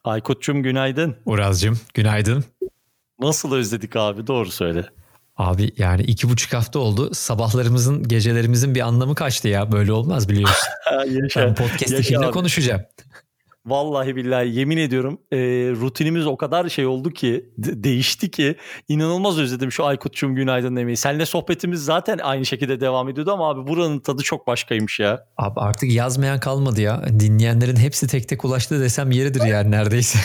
Aykut'cum günaydın. Uraz'cığım günaydın. Nasıl özledik abi, doğru söyle. Abi yani 2,5 hafta oldu. Sabahlarımızın, gecelerimizin bir anlamı kaçtı ya. Böyle olmaz biliyorsun. Yaşa, Ben podcast'te yaşa kimle abi. konuşacağım? Vallahi billahi yemin ediyorum rutinimiz o kadar şey oldu ki değişti ki inanılmaz özledim şu Aykut'cum günaydın demeyi. Seninle sohbetimiz zaten aynı şekilde devam ediyordu ama abi buranın tadı çok başkaymış ya. Abi artık yazmayan kalmadı ya. Dinleyenlerin hepsi tek tek ulaştı desem yeridir yani neredeyse.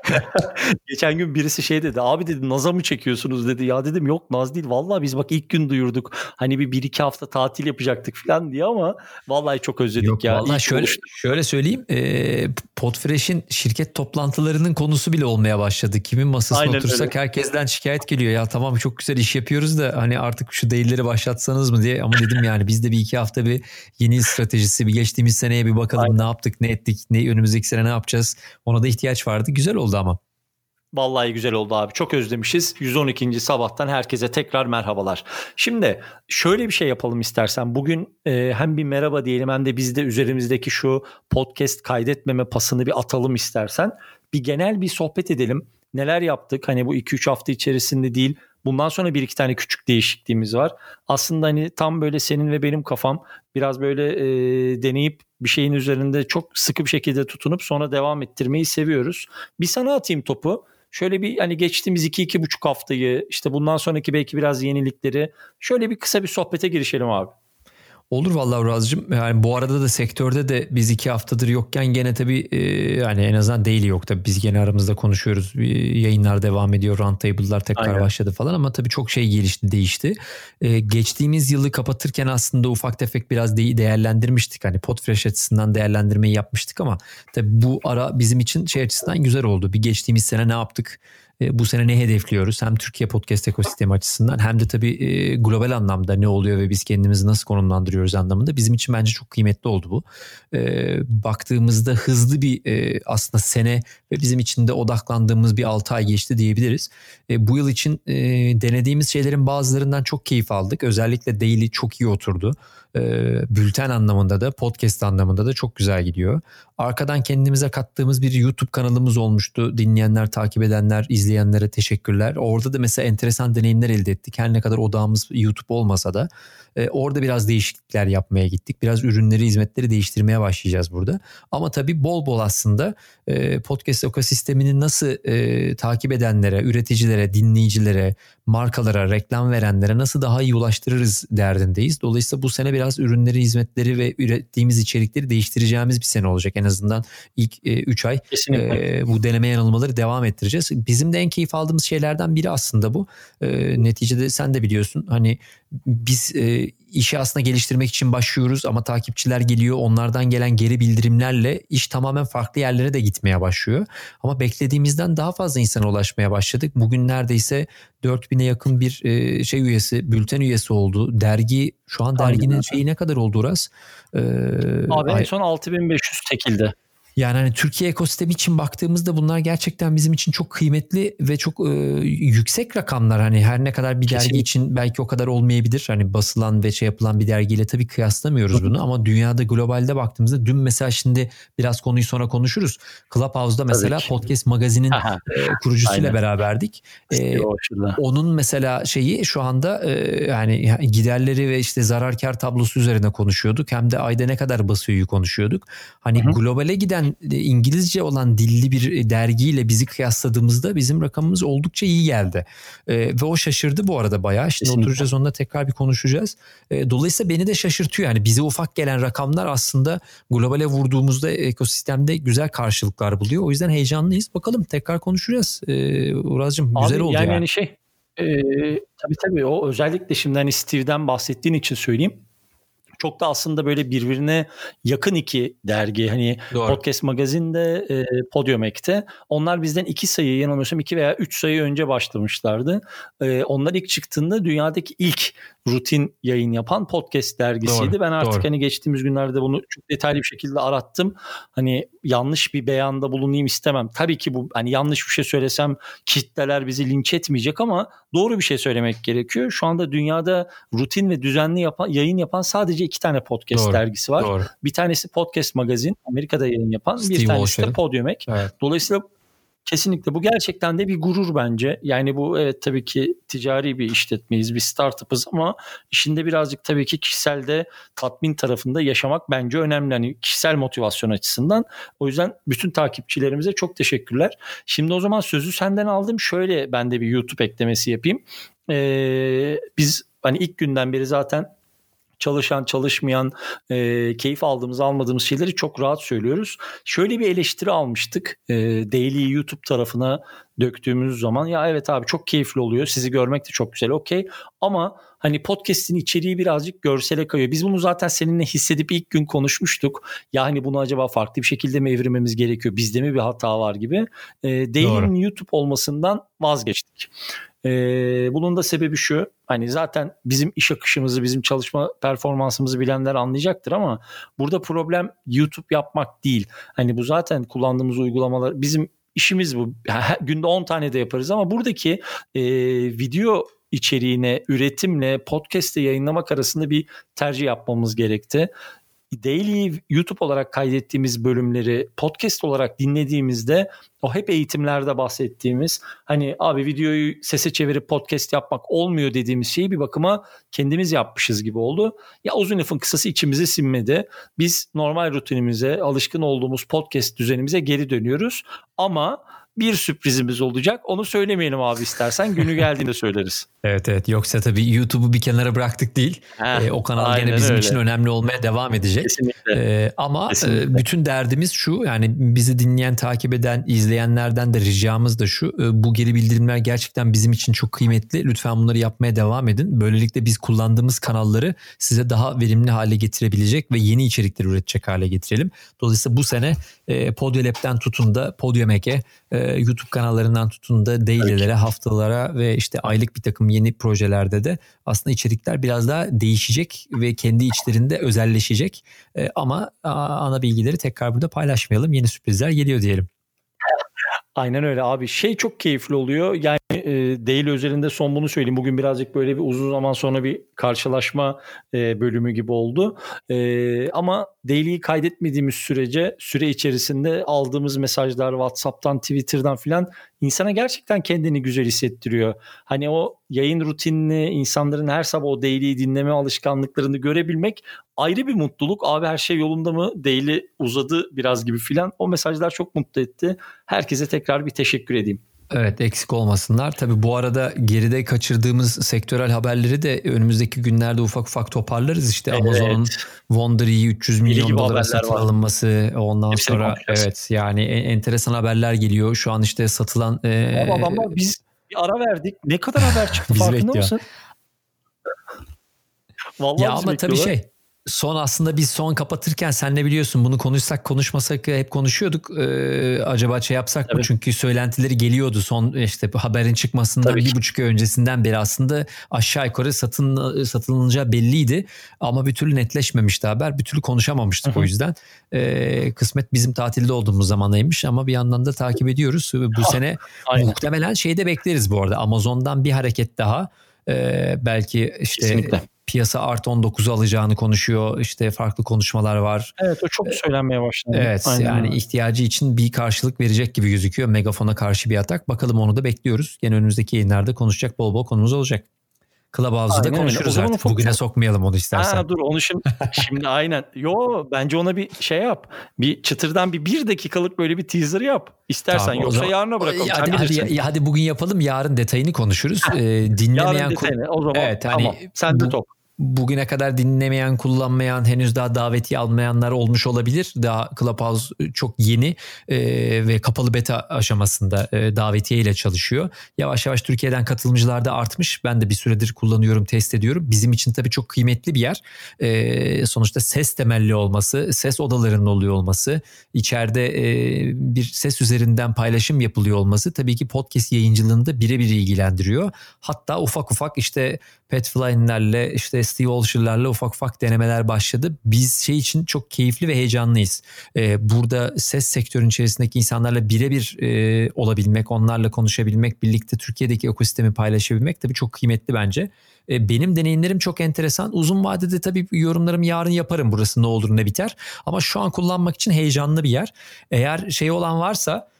Geçen gün birisi şey dedi, abi dedi naza mı çekiyorsunuz dedi. Ya dedim yok, naz değil vallahi, biz bak ilk gün duyurduk. Hani bir iki hafta tatil yapacaktık falan diye ama vallahi çok özledik. Yok, ya. vallahi şöyle söyleyeyim. Podfresh'in şirket toplantılarının konusu bile olmaya başladı. Kimin masasına Aynen otursak öyle. herkesten şikayet geliyor. Ya tamam çok güzel iş yapıyoruz da hani artık şu değilleri başlatsanız mı diye. Ama dedim yani biz de bir iki hafta bir yeni stratejisi, bir geçtiğimiz seneye bir bakalım. Aynen. Ne yaptık, ne ettik, ne önümüzdeki sene ne yapacağız. Ona da ihtiyaç vardı. Güzel oldu ama. Vallahi güzel oldu abi. Çok özlemişiz. 112. sabahtan herkese tekrar merhabalar. Şimdi şöyle bir şey yapalım istersen. Bugün hem bir merhaba diyelim hem de biz de üzerimizdeki şu podcast kaydetmeme pasını bir atalım istersen. Bir genel bir sohbet edelim. Neler yaptık? Hani bu 2-3 hafta içerisinde değil. Bundan sonra bir iki tane küçük değişikliğimiz var. Aslında hani tam böyle senin ve benim kafam biraz böyle deneyip bir şeyin üzerinde çok sıkı bir şekilde tutunup sonra devam ettirmeyi seviyoruz. Bir sana atayım topu. Şöyle bir hani geçtiğimiz 2-2,5 haftayı, işte bundan sonraki belki biraz yenilikleri, şöyle bir kısa bir sohbete girişelim abi. Olur vallahi Uraz'cığım. Yani bu arada da sektörde de biz 2 haftadır yokken gene tabii yani en azından daily yok tabii. Biz gene aramızda konuşuyoruz. Yayınlar devam ediyor. Roundtable'lar tekrar Aynen. başladı falan ama tabii çok şey gelişti, değişti. Geçtiğimiz yılı kapatırken aslında ufak tefek biraz değerlendirmiştik. Hani Podfresh açısından değerlendirmeyi yapmıştık ama tabii bu ara bizim için şey açısından güzel oldu. Bir geçtiğimiz sene ne yaptık? Bu sene ne hedefliyoruz? Hem Türkiye podcast ekosistemi açısından hem de tabii global anlamda ne oluyor ve biz kendimizi nasıl konumlandırıyoruz anlamında bizim için bence çok kıymetli oldu bu. Baktığımızda hızlı bir aslında sene ve bizim için de odaklandığımız bir 6 ay geçti diyebiliriz. Bu yıl için denediğimiz şeylerin bazılarından çok keyif aldık. Özellikle daily çok iyi oturdu. Bülten anlamında da podcast anlamında da çok güzel gidiyor. Arkadan kendimize kattığımız bir YouTube kanalımız olmuştu. Dinleyenler, takip edenler, izleyenlere teşekkürler. Orada da mesela enteresan deneyimler elde ettik. Her ne kadar odağımız YouTube olmasa da orada biraz değişiklikler yapmaya gittik. Biraz ürünleri, hizmetleri değiştirmeye başlayacağız burada. Ama tabii bol bol aslında podcast ekosistemini nasıl takip edenlere, üreticilere, dinleyicilere, markalara, reklam verenlere nasıl daha iyi ulaştırırız derdindeyiz. Dolayısıyla bu sene biraz ürünleri, hizmetleri ve ürettiğimiz içerikleri değiştireceğimiz bir sene olacak. En azından ilk 3 ay bu deneme yanılmaları devam ettireceğiz. Bizim de en keyif aldığımız şeylerden biri aslında bu. Neticede sen de biliyorsun hani biz işi aslında geliştirmek için başlıyoruz ama takipçiler geliyor. Onlardan gelen geri bildirimlerle iş tamamen farklı yerlere de gitmeye başlıyor. Ama beklediğimizden daha fazla insana ulaşmaya başladık. Bugün neredeyse 4000'e yakın bir şey üyesi, bülten üyesi oldu. Dergi şu an derginin şeyi ne kadar oldu Uras? Abi en son 6500 tekildi. Yani hani Türkiye ekosistemi için baktığımızda bunlar gerçekten bizim için çok kıymetli ve çok yüksek rakamlar. Hani her ne kadar bir dergi için belki o kadar olmayabilir. Hani basılan ve şey yapılan bir dergiyle tabii kıyaslamıyoruz bunu. Ama dünyada globalde baktığımızda dün mesela şimdi biraz konuyu sonra konuşuruz. Clubhouse'da mesela Podcast Magazin'in kurucusuyla beraberdik. Onun mesela şeyi şu anda yani giderleri ve işte zarar kar tablosu üzerine konuşuyorduk. Hem de ayda ne kadar basıyoryu konuşuyorduk. Hani globale giden İngilizce olan dilli bir dergiyle bizi kıyasladığımızda bizim rakamımız oldukça iyi geldi. Ve o şaşırdı bu arada bayağı. Şimdi oturacağız onunla tekrar bir konuşacağız. Dolayısıyla beni de şaşırtıyor. Yani bize ufak gelen rakamlar aslında globale vurduğumuzda ekosistemde güzel karşılıklar buluyor. O yüzden heyecanlıyız. Bakalım tekrar konuşacağız. Uraz'cığım güzel oldu yani. Yani şey tabii o özellikle şimdi hani Steve'den bahsettiğin için söyleyeyim. Çok da aslında böyle birbirine yakın iki dergi. Hani doğru. Podcast Magazin'de, Podium Ek'te. Onlar bizden 2 sayı, yanılmıyorsam 2 veya 3 sayı önce başlamışlardı. Onlar ilk çıktığında dünyadaki ilk rutin yayın yapan podcast dergisiydi. Doğru, ben artık hani geçtiğimiz günlerde bunu çok detaylı bir şekilde arattım. Hani yanlış bir beyanda bulunayım istemem. Tabii ki bu hani yanlış bir şey söylesem kitleler bizi linç etmeyecek ama doğru bir şey söylemek gerekiyor. Şu anda dünyada rutin ve düzenli yayın yapan sadece 2 tane podcast dergisi var. Doğru. Bir tanesi Podcast Magazin, Amerika'da yayın yapan, Steve bir tanesi de Podium Ek. Evet. Dolayısıyla Kesinlikle bu gerçekten de bir gurur bence. Yani bu evet tabii ki ticari bir işletmeyiz, bir startup'ız ama işinde birazcık tabii ki kişisel de tatmin tarafında yaşamak bence önemli. Hani kişisel motivasyon açısından. O yüzden bütün takipçilerimize çok teşekkürler. Şimdi o zaman sözü senden aldım. Şöyle ben de bir YouTube eklemesi yapayım. Biz hani ilk günden beri zaten çalışan, çalışmayan, keyif aldığımız, almadığımız şeyleri çok rahat söylüyoruz. Şöyle bir eleştiri almıştık. Daily'yi YouTube tarafına döktüğümüz zaman ya evet abi çok keyifli oluyor. Sizi görmek de çok güzel okey. Ama hani podcast'in içeriği birazcık görsele kayıyor. Biz bunu zaten seninle hissedip ilk gün konuşmuştuk. Ya hani bunu acaba farklı bir şekilde mi evrimemiz gerekiyor? Bizde mi bir hata var gibi. Daily'nin YouTube olmasından vazgeçtik. Bunun da sebebi şu, hani zaten bizim iş akışımızı, bizim çalışma performansımızı bilenler anlayacaktır ama burada problem YouTube yapmak değil. Hani bu zaten kullandığımız uygulamalar, bizim işimiz bu. Günde 10 tane de yaparız ama buradaki video içeriğine, üretimle podcast'te yayınlamak arasında bir tercih yapmamız gerekti. Daily YouTube olarak kaydettiğimiz bölümleri podcast olarak dinlediğimizde o hep eğitimlerde bahsettiğimiz hani abi videoyu sese çevirip podcast yapmak olmuyor dediğimiz şeyi bir bakıma kendimiz yapmışız gibi oldu. Ya uzun lafın kısası içimize sinmedi. Biz normal rutinimize, alışkın olduğumuz podcast düzenimize geri dönüyoruz ama bir sürprizimiz olacak. Onu söylemeyelim abi istersen. Günü geldiğinde söyleriz. Evet. Yoksa tabii YouTube'u bir kenara bıraktık değil. O kanal gene bizim için önemli olmaya devam edecek. Kesinlikle. Ama Kesinlikle. bütün derdimiz şu, yani bizi dinleyen, takip eden, izleyenlerden de ricamız da şu. Bu geri bildirimler gerçekten bizim için çok kıymetli. Lütfen bunları yapmaya devam edin. Böylelikle biz kullandığımız kanalları size daha verimli hale getirebilecek ve yeni içerikler üretecek hale getirelim. Dolayısıyla bu sene Podyolab'den tutun da Podium Eke, YouTube kanallarından tutun da daily'lere, haftalara ve işte aylık bir takım yeni projelerde de aslında içerikler biraz daha değişecek ve kendi içlerinde özelleşecek. Ama ana bilgileri tekrar burada paylaşmayalım. Yeni sürprizler geliyor diyelim. Aynen öyle abi. Çok keyifli oluyor. Yani Daily özelinde son bunu söyleyeyim. Bugün birazcık böyle bir uzun zaman sonra bir karşılaşma bölümü gibi oldu. Ama Daily'yi kaydetmediğimiz süre içerisinde aldığımız mesajlar WhatsApp'tan, Twitter'dan filan insana gerçekten kendini güzel hissettiriyor. Hani o yayın rutinini, insanların her sabah o Daily'yi dinleme alışkanlıklarını görebilmek ayrı bir mutluluk. Abi her şey yolunda mı? Daily uzadı biraz gibi filan. O mesajlar çok mutlu etti. Herkese tekrar bir teşekkür edeyim. Evet, eksik olmasınlar. Tabii bu arada geride kaçırdığımız sektörel haberleri de önümüzdeki günlerde ufak ufak toparlarız. İşte evet. Amazon'un Wondery'i 300 milyon dolara satın alınması, ondan hepsini sonra evet yani enteresan haberler geliyor. Şu an işte satılan adamlar biz bir ara verdik. Ne kadar haber çıktı farkında mısın? Vallahi ya ama tabii aslında biz son kapatırken senle biliyorsun bunu konuşsak konuşmasak hep konuşuyorduk. Acaba yapsak mı? Çünkü söylentileri geliyordu son işte haberin çıkmasından 1,5 ay öncesinden beri aslında aşağı yukarı satılacağı belliydi. Ama bir türlü netleşmemişti haber. Bir türlü konuşamamıştık o yüzden. Kısmet bizim tatilde olduğumuz zamandaymış ama bir yandan da takip ediyoruz. Bu sene muhtemelen de bekleriz bu arada. Amazon'dan bir hareket daha. Belki işte... Kesinlikle. Piyasa artı 19'u alacağını konuşuyor. İşte farklı konuşmalar var. Evet, o çok söylenmeye başladı. Evet, aynen. Yani ihtiyacı için bir karşılık verecek gibi gözüküyor. Megafon'a karşı bir atak. Bakalım, onu da bekliyoruz. Gene önümüzdeki yayınlarda konuşacak bol konumuz olacak. Clubhouse'da konuşuruz artık. Bugüne sokmayalım onu istersen. Dur onu şimdi aynen. Bence ona bir yap. Bir çıtırdan bir dakikalık böyle bir teaser yap. İstersen tamam, yoksa yarına bırakalım. Hadi bugün yapalım. Yarın detayını konuşuruz. Dinlemeyen yarın detayını. O zaman evet, tamam. Sen de top. Bugüne kadar dinlemeyen, kullanmayan, henüz daha davetiye almayanlar olmuş olabilir. Daha Clubhouse çok yeni ve kapalı beta aşamasında davetiye ile çalışıyor. Yavaş yavaş Türkiye'den katılımcılar da artmış. Ben de bir süredir kullanıyorum, test ediyorum. Bizim için tabii çok kıymetli bir yer. Sonuçta ses temelli olması, ses odalarının oluyor olması, içeride bir ses üzerinden paylaşım yapılıyor olması tabii ki podcast yayıncılığını da birebir ilgilendiriyor. Hatta ufak işte Pat Flynn'lerle, işte Steve Olsher'larla ufak denemeler başladı. Biz için çok keyifli ve heyecanlıyız. Burada ses sektörünün içerisindeki insanlarla birebir olabilmek, onlarla konuşabilmek, birlikte Türkiye'deki ekosistemi paylaşabilmek tabii çok kıymetli bence. Benim deneyimlerim çok enteresan. Uzun vadede tabii yorumlarımı yarın yaparım, burası ne olur ne biter. Ama şu an kullanmak için heyecanlı bir yer. Eğer olan varsa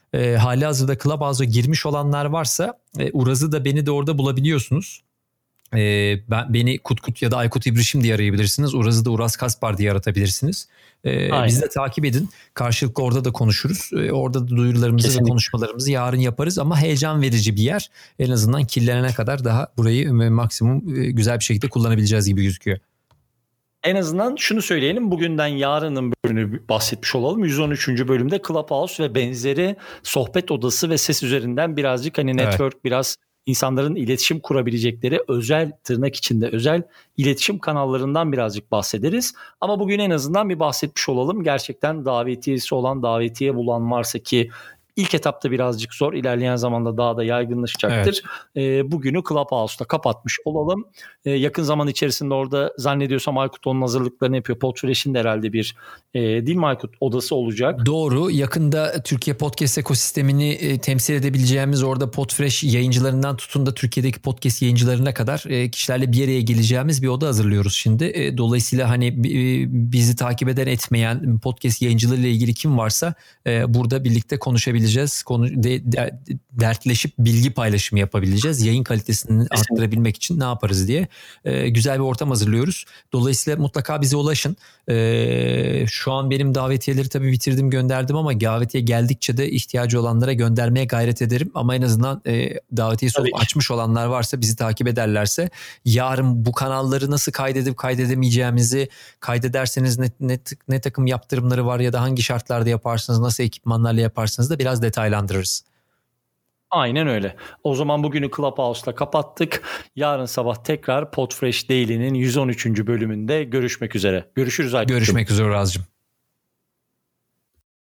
Halihazırda Clubhouse'a girmiş olanlar varsa Uraz'ı da beni de orada bulabiliyorsunuz. Beni Kutkut ya da Aykut İbrişim diye arayabilirsiniz. Uraz'ı da Uraz Kaspar diye aratabilirsiniz. Bizi de takip edin. Karşılıklı orada da konuşuruz. Orada da duyurularımızı Kesinlikle. ve konuşmalarımızı yarın yaparız. Ama heyecan verici bir yer. En azından kirlenene kadar daha burayı maksimum güzel bir şekilde kullanabileceğiz gibi gözüküyor. En azından şunu söyleyelim. Bugünden yarının bölümünü bahsetmiş olalım. 113. bölümde Clubhouse ve benzeri sohbet odası ve ses üzerinden birazcık hani network, biraz insanların iletişim kurabilecekleri özel, tırnak içinde özel iletişim kanallarından birazcık bahsederiz. Ama bugün en azından bir bahsetmiş olalım. Gerçekten davetiyesi olan, davetiye bulan varsa ki İlk etapta birazcık zor. İlerleyen zamanda daha da yaygınlaşacaktır. Bugünü Clubhouse'da kapatmış olalım. Yakın zaman içerisinde orada zannediyorsam Aykut onun hazırlıklarını yapıyor. Podfresh'in de herhalde bir değil mi Aykut odası olacak. Doğru. Yakında Türkiye podcast ekosistemini temsil edebileceğimiz, orada Podfresh yayıncılarından tutun da Türkiye'deki podcast yayıncılarına kadar kişilerle bir araya geleceğimiz bir oda hazırlıyoruz şimdi. Dolayısıyla hani bizi takip eden etmeyen podcast yayıncılarıyla ilgili kim varsa burada birlikte konuşabileceğiz. Dertleşip bilgi paylaşımı yapabileceğiz. Yayın kalitesini arttırabilmek için ne yaparız diye güzel bir ortam hazırlıyoruz. Dolayısıyla mutlaka bize ulaşın. Şu an benim davetiyeleri tabii bitirdim, gönderdim ama davetiye geldikçe de ihtiyacı olanlara göndermeye gayret ederim. Ama en azından davetiyesi olup açmış olanlar varsa, bizi takip ederlerse yarın bu kanalları nasıl kaydedip kaydedemeyeceğimizi, kaydederseniz ne takım yaptırımları var ya da hangi şartlarda yaparsınız, nasıl ekipmanlarla yaparsınız da biraz detaylandırırız. Aynen öyle. O zaman bugünü Clubhouse'la kapattık. Yarın sabah tekrar Podfresh Daily'nin 113. bölümünde görüşmek üzere. Görüşürüz Aykut'cum. Görüşmek üzere Uraz'cığım.